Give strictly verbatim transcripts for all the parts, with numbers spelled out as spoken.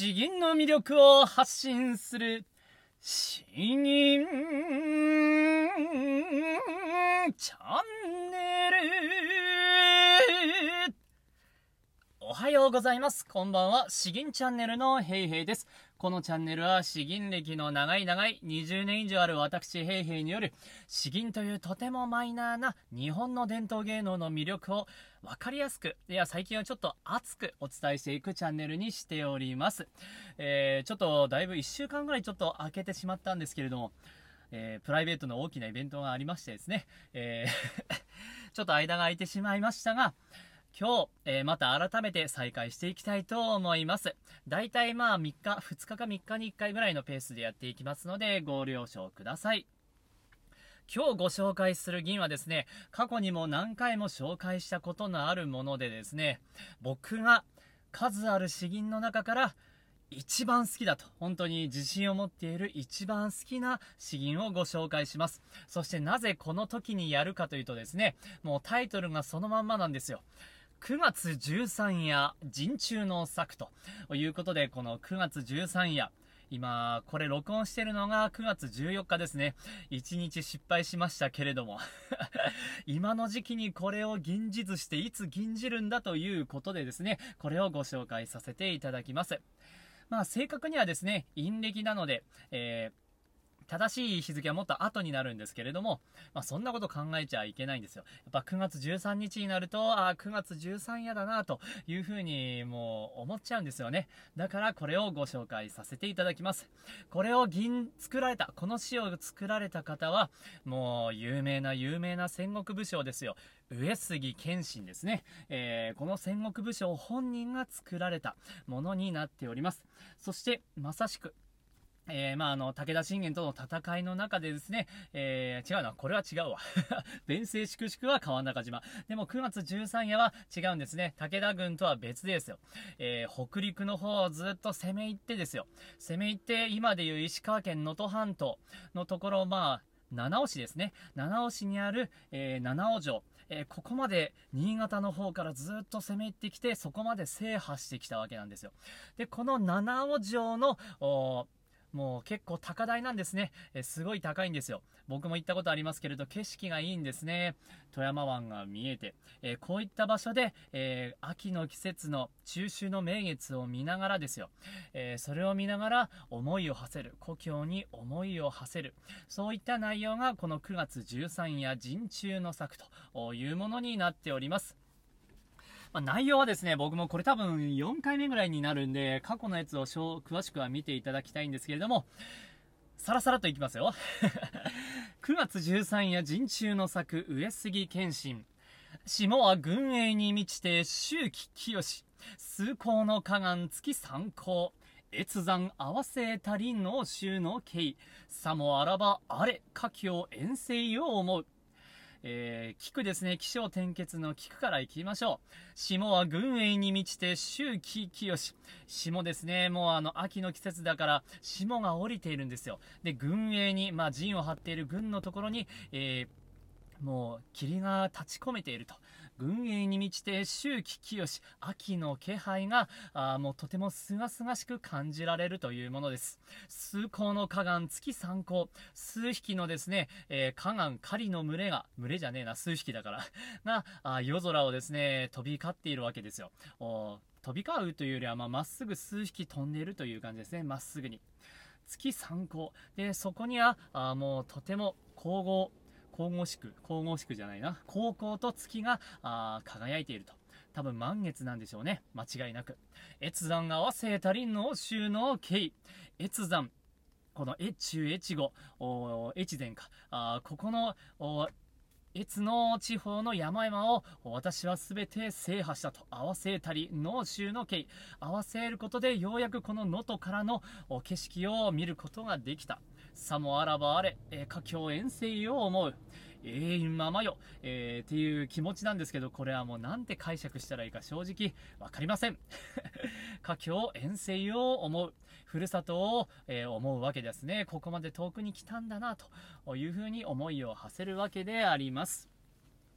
詩吟の魅力を発信する詩吟チャンネル。おはようございます。こんばんは。詩吟チャンネルのヘイヘイです。このチャンネルは詩吟歴の長い長いにじゅうねん以上ある私ヘイヘイによる詩吟というとてもマイナーな日本の伝統芸能の魅力を分かりやすく、いや最近はちょっと熱くお伝えしていくチャンネルにしております。えー、ちょっとだいぶいっしゅうかんぐらいちょっと空けてしまったんですけれども、えー、プライベートの大きなイベントがありましてですね、えー、ちょっと間が空いてしまいましたが、今日、えー、また改めて再開していきたいと思います。だいたいまあみっか、ふつかかみっかにいっかいぐらいのペースでやっていきますのでご了承ください。今日ご紹介する吟はですね、過去にも何回も紹介したことのあるものでですね、僕が数ある詩吟の中から一番好きだと本当に自信を持っている一番好きな詩吟をご紹介します。そしてなぜこの時にやるかというとですね、もうタイトルがそのまんまなんですよ。くがつじゅうさん夜陣中の作ということで、このくがつじゅうさん夜、今これ録音してるのがくがつじゅうよっかですね。いちにち失敗しましたけれども今の時期にこれを吟じずしていつ吟じるんだということでですね、これをご紹介させていただきます。まあ正確にはですね、陰暦なので、えー正しい日付はもっと後になるんですけれども、まあ、そんなこと考えちゃいけないんですよ。やっぱくがつじゅうさんにちになると、ああ、くがつじゅうさん夜だなというふうにもう思っちゃうんですよね。だからこれをご紹介させていただきます。これを吟作られた、この詩を作られた方は、もう有名な有名な戦国武将ですよ。上杉謙信ですね。えー、この戦国武将本人が作られたものになっております。そして、まさしく、えー、まああの武田信玄との戦いの中でですね、えー、違うな、これは違うわ弁声粛々は川中島でもくがつじゅうさん夜は違うんですね。武田軍とは別ですよ。えー、北陸の方をずっと攻め入ってですよ、攻め入って今でいう石川県能登半島のところ、まあ七尾市ですね。七尾市にある、えー、七尾城、えー、ここまで新潟の方からずっと攻め入ってきて、そこまで制覇してきたわけなんですよ。でこの七尾城のもう結構高台なんですね。えすごい高いんですよ。僕も行ったことありますけれど、景色がいいんですね。富山湾が見えて、えー、こういった場所で、えー、秋の季節の中秋の名月を見ながらですよ、えー、それを見ながら思いを馳せる、故郷に思いを馳せる、そういった内容がこのくがつじゅうさん夜陣中の作というものになっております。まあ、内容はですね、僕もこれ多分よんかいめぐらいになるんで、過去のやつを詳しくは見ていただきたいんですけれども、さらさらといきますよくがつじゅうさん夜陣中の作、上杉謙信。下は軍営に満ちて周期清し、崇高の加願月参考、越山合わせたりの州の慶、さもあらばあれ佳境遠征を思う。えー、菊ですね。起承転結の菊からいきましょう。下は軍営に満ちて周期清し。霜ですね。もうあの秋の季節だから霜が降りているんですよ。で軍営に、まあ陣を張っている軍のところに、えー、もう霧が立ち込めていると。軍営に満ちて周期清し、秋の気配があもうとてもすがすがしく感じられるというものです。崇高の加願月参考、数匹のですね、えー、加願狩りの群れが、群れじゃねえな、数匹だからがあ夜空をですね飛び交っているわけですよ。お飛び交うというよりはまっすぐ数匹飛んでいるという感じですね。まっすぐに月参考で、そこにはあもうとても神々神々しく、神々しくじゃないな、高校と月があ輝いていると。多分満月なんでしょうね。間違いなく。越山合わせたりの州の慶。越山。この越中越後、越前か。あここの越の地方の山々を私は全て制覇したと。合わせたりの州の慶。合わせることでようやくこの能登からの景色を見ることができた。さもあらばあれ、えー、佳境遠征を思う。ええー、ままよ、えー、っていう気持ちなんですけど、これはもうなんて解釈したらいいか正直わかりません。佳境遠征を思う。ふるさとを、えー、思うわけですね。ここまで遠くに来たんだなというふうに思いを馳せるわけであります。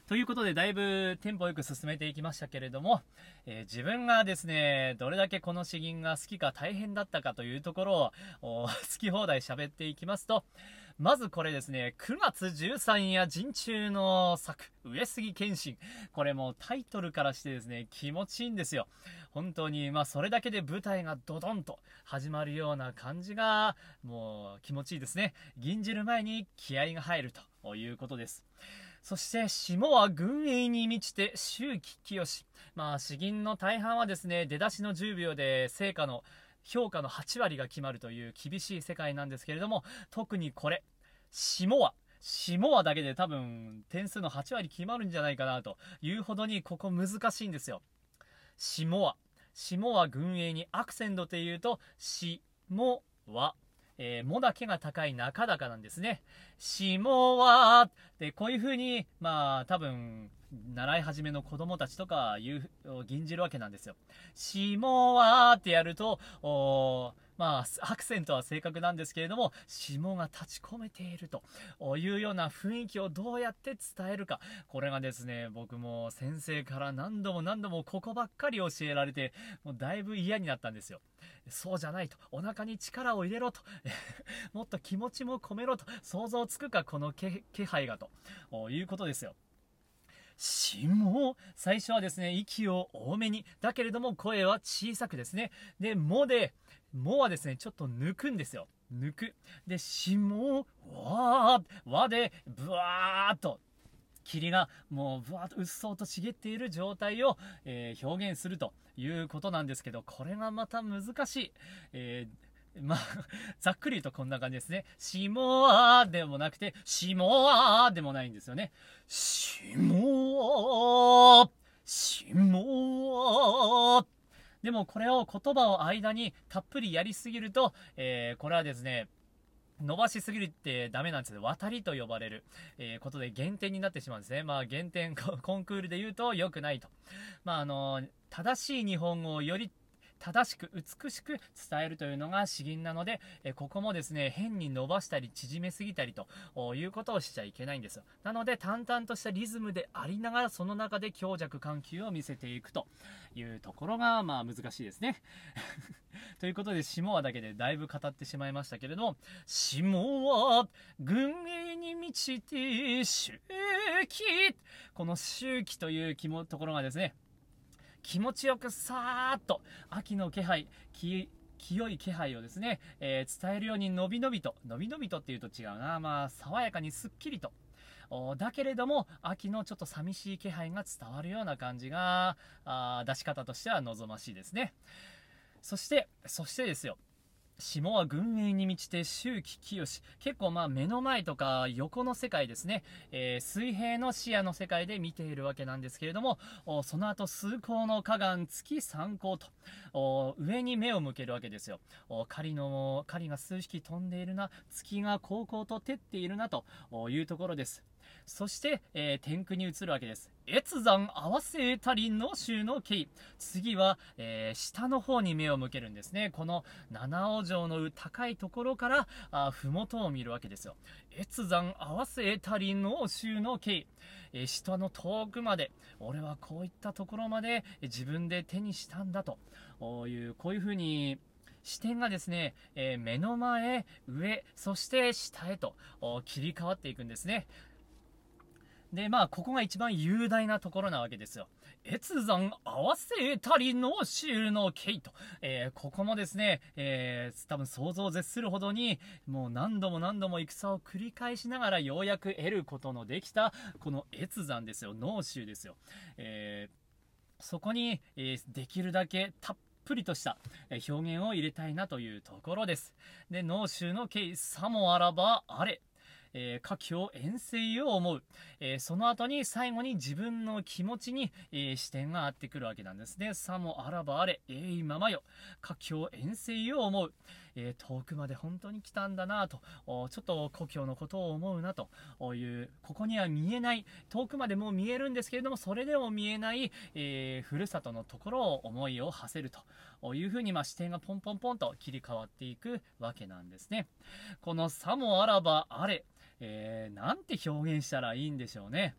ということで、だいぶテンポよく進めていきましたけれども、えー自分がですね、どれだけこの詩吟が好きか大変だったかというところを、お好き放題喋っていきますと、まずこれですね、くがつじゅうさん夜陣中の作、上杉謙信。これもタイトルからしてですね、気持ちいいんですよ。本当に、まあそれだけで舞台がドドンと始まるような感じが、もう気持ちいいですね。吟じる前に気合が入るということです。そして、霜は軍営に満ちて秋季清。まあ、詩吟の大半はですね、出だしのじゅうびょうで成果の、評価のはちわりが決まるという厳しい世界なんですけれども、特にこれ、霜は、霜はだけで多分点数のはちわり決まるんじゃないかなというほどにここ難しいんですよ。霜は、霜は軍営にアクセントで言うと、霜は、えー、もだけが高い中高なんですね。霜は、で、こういう風に、まあ、多分、習い始めの子供たちとか言う、吟じるわけなんですよ。霜はってやると、おまあ、アクセントは正確なんですけれども、霜が立ち込めているというような雰囲気をどうやって伝えるか。これがですね、僕も先生から何度も何度もここばっかり教えられて、もうだいぶ嫌になったんですよ。そうじゃないと。お腹に力を入れろと。もっと気持ちも込めろと。想像つくか、この気配がということですよ。霜、最初はですね、息を多めに。だけれども声は小さくですね。で、もで、もはですね、ちょっと抜くんですよ。抜く。で、霜、わー、わで、ブワーっと。霧がもうぶわっとうっそうと茂っている状態を、えー、表現するということなんですけど、これがまた難しい。えー、まあ、ざっくり言うとこんな感じですね。しもあでもなくて、しもあでもないんですよね。しもあしもあでもこれを言葉を間にたっぷりやりすぎると、えー、これはですね、伸ばしすぎるってダメなんですけど、渡りと呼ばれる、えー、ことで減点になってしまうんですね。まあ減点、コンクールで言うと良くないと。まああの、正しい日本語をより正しく美しく伝えるというのが詩吟なので、えここもですね、変に伸ばしたり縮めすぎたりということをしちゃいけないんですよ。なので淡々としたリズムでありながら、その中で強弱緩急を見せていくというところがまあ難しいですね。ということで、霜はだけでだいぶ語ってしまいましたけれども、霜は軍営に満ちて秋季、この秋季というところがですね、気持ちよくさーっと秋の気配、気清い気配をですね、えー、伝えるようにのびのびと、のびのびとっていうと違うな、まあ爽やかにすっきりと、だけれども秋のちょっと寂しい気配が伝わるような感じが、あ出し方としては望ましいですね。そしてそしてですよ、霜は軍営に満ちて秋季清。結構まあ目の前とか横の世界ですね、えー、水平の視野の世界で見ているわけなんですけれども、その後数光の河岸月三光と上に目を向けるわけですよ。狩りの狩りが数匹飛んでいるな、月がこうこうと照っているなというところです。そして、えー、天空に移るわけです。越山合わせたりの州の経。次は、えー、下の方に目を向けるんですね。この七尾城の高いところからあ麓を見るわけですよ。越山合わせたりの州の経。えー、下の遠くまで、俺はこういったところまで自分で手にしたんだという、こういうふうに視点がですね、えー、目の前、上、そして下へと切り替わっていくんですね。で、まあ、ここが一番雄大なところなわけですよ。越山合わせたりの州の経と、えー、ここもですね、えー、多分想像を絶するほどに、もう何度も何度も戦を繰り返しながらようやく得ることのできた、この越山ですよ、農州ですよ。えー、そこに、えー、できるだけたっぷりとした表現を入れたいなというところです。で、農州の経、さもあらばあれ。えー、佳境遠征を思う、えー、その後に最後に自分の気持ちに、えー、視点が合ってくるわけなんですね。さもあらばあれ、えいままよ、佳境遠征を思う、えー、遠くまで本当に来たんだなと、ちょっと故郷のことを思うなという、ここには見えない、遠くまでも見えるんですけれども、それでも見えない、えー、ふるさとのところを思いを馳せるというふうに、まあ、視点がポンポンポンと切り替わっていくわけなんですね。このさもあらばあれ、えー、なんて表現したらいいんでしょうね。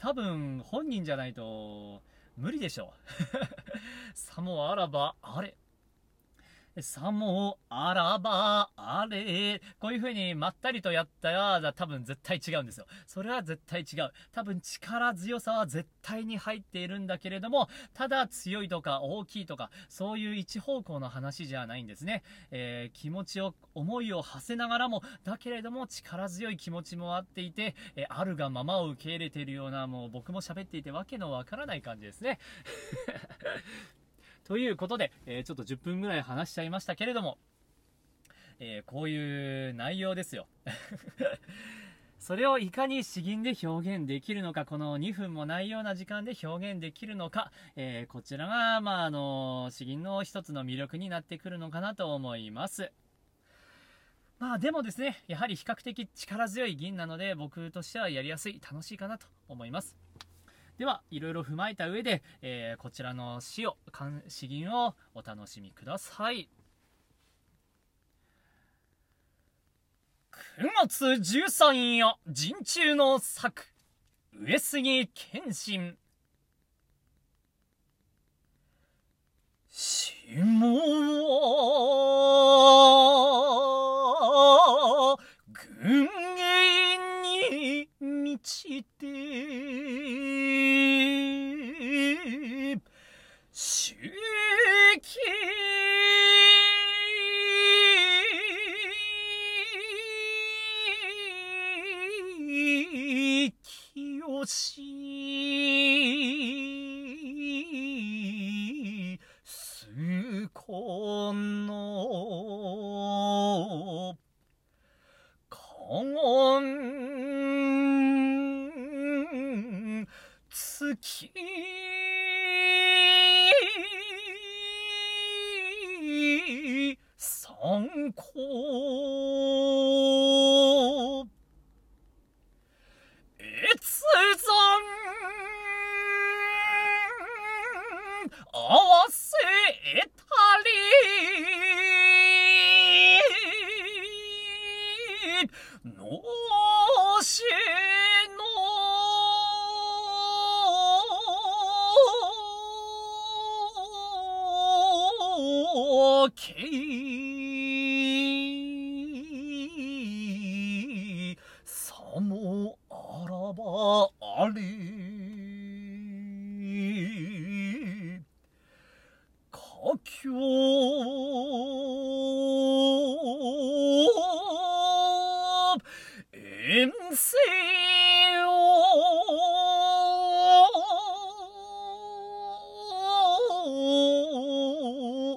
多分本人じゃないと無理でしょう。さもあらばあれ、さもあらばあれ、こういう風にまったりとやったら多分絶対違うんですよ。それは絶対違う。多分力強さは絶対に入っているんだけれども、ただ強いとか大きいとかそういう一方向の話じゃないんですね。えー、気持ちを思いを馳せながらもだけれども力強い気持ちもあっていて、えー、あるがままを受け入れているような、もう僕も喋っていてわけのわからない感じですね。ということで、えー、ちょっとじゅっぷんぐらい話しちゃいましたけれども、えー、こういう内容ですよ。それをいかに詩吟で表現できるのか、このにふんもないような時間で表現できるのか、えー、こちらが、まあ、あの詩吟の一つの魅力になってくるのかなと思います。まあでもですね、やはり比較的力強い吟なので、僕としてはやりやすい、楽しいかなと思います。では、いろいろ踏まえた上で、えー、こちらの詩を、詩吟をお楽しみください。くがつじゅうさん夜、陣中の作、上杉謙信。下は軍営に満ちて周期清しすこの金月参考越山合わせたりのしのけさもあらばあれ佳境遠征を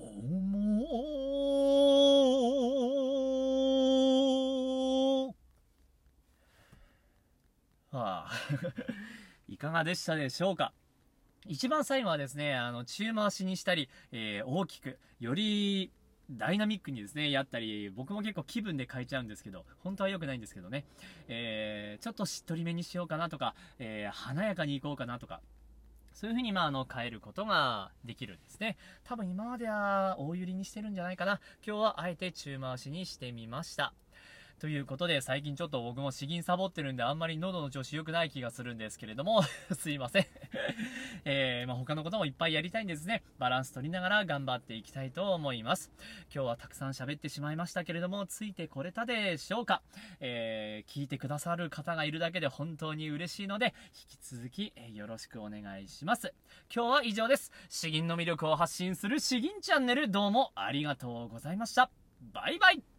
思う。はあ、いかがでしたでしょうか。一番最後はですね、あの中回しにしたり、えー、大きくよりダイナミックにですねやったり、僕も結構気分で変えちゃうんですけど、本当は良くないんですけどね、えー、ちょっとしっとりめにしようかなとか、えー、華やかにいこうかなとか、そういう風にまああの変えることができるんですね。多分今までは大揺りにしてるんじゃないかな。今日はあえて中回しにしてみました。ということで、最近ちょっと僕も詩吟サボってるんであんまり喉の調子良くない気がするんですけれどもすいませんえー、まあ、他のこともいっぱいやりたいんですね。バランス取りながら頑張っていきたいと思います。今日はたくさん喋ってしまいましたけれども、ついてこれたでしょうか。えー、聞いてくださる方がいるだけで本当に嬉しいので、引き続き、えー、よろしくお願いします。今日は以上です。詩吟の魅力を発信する詩吟チャンネル、どうもありがとうございました。バイバイ。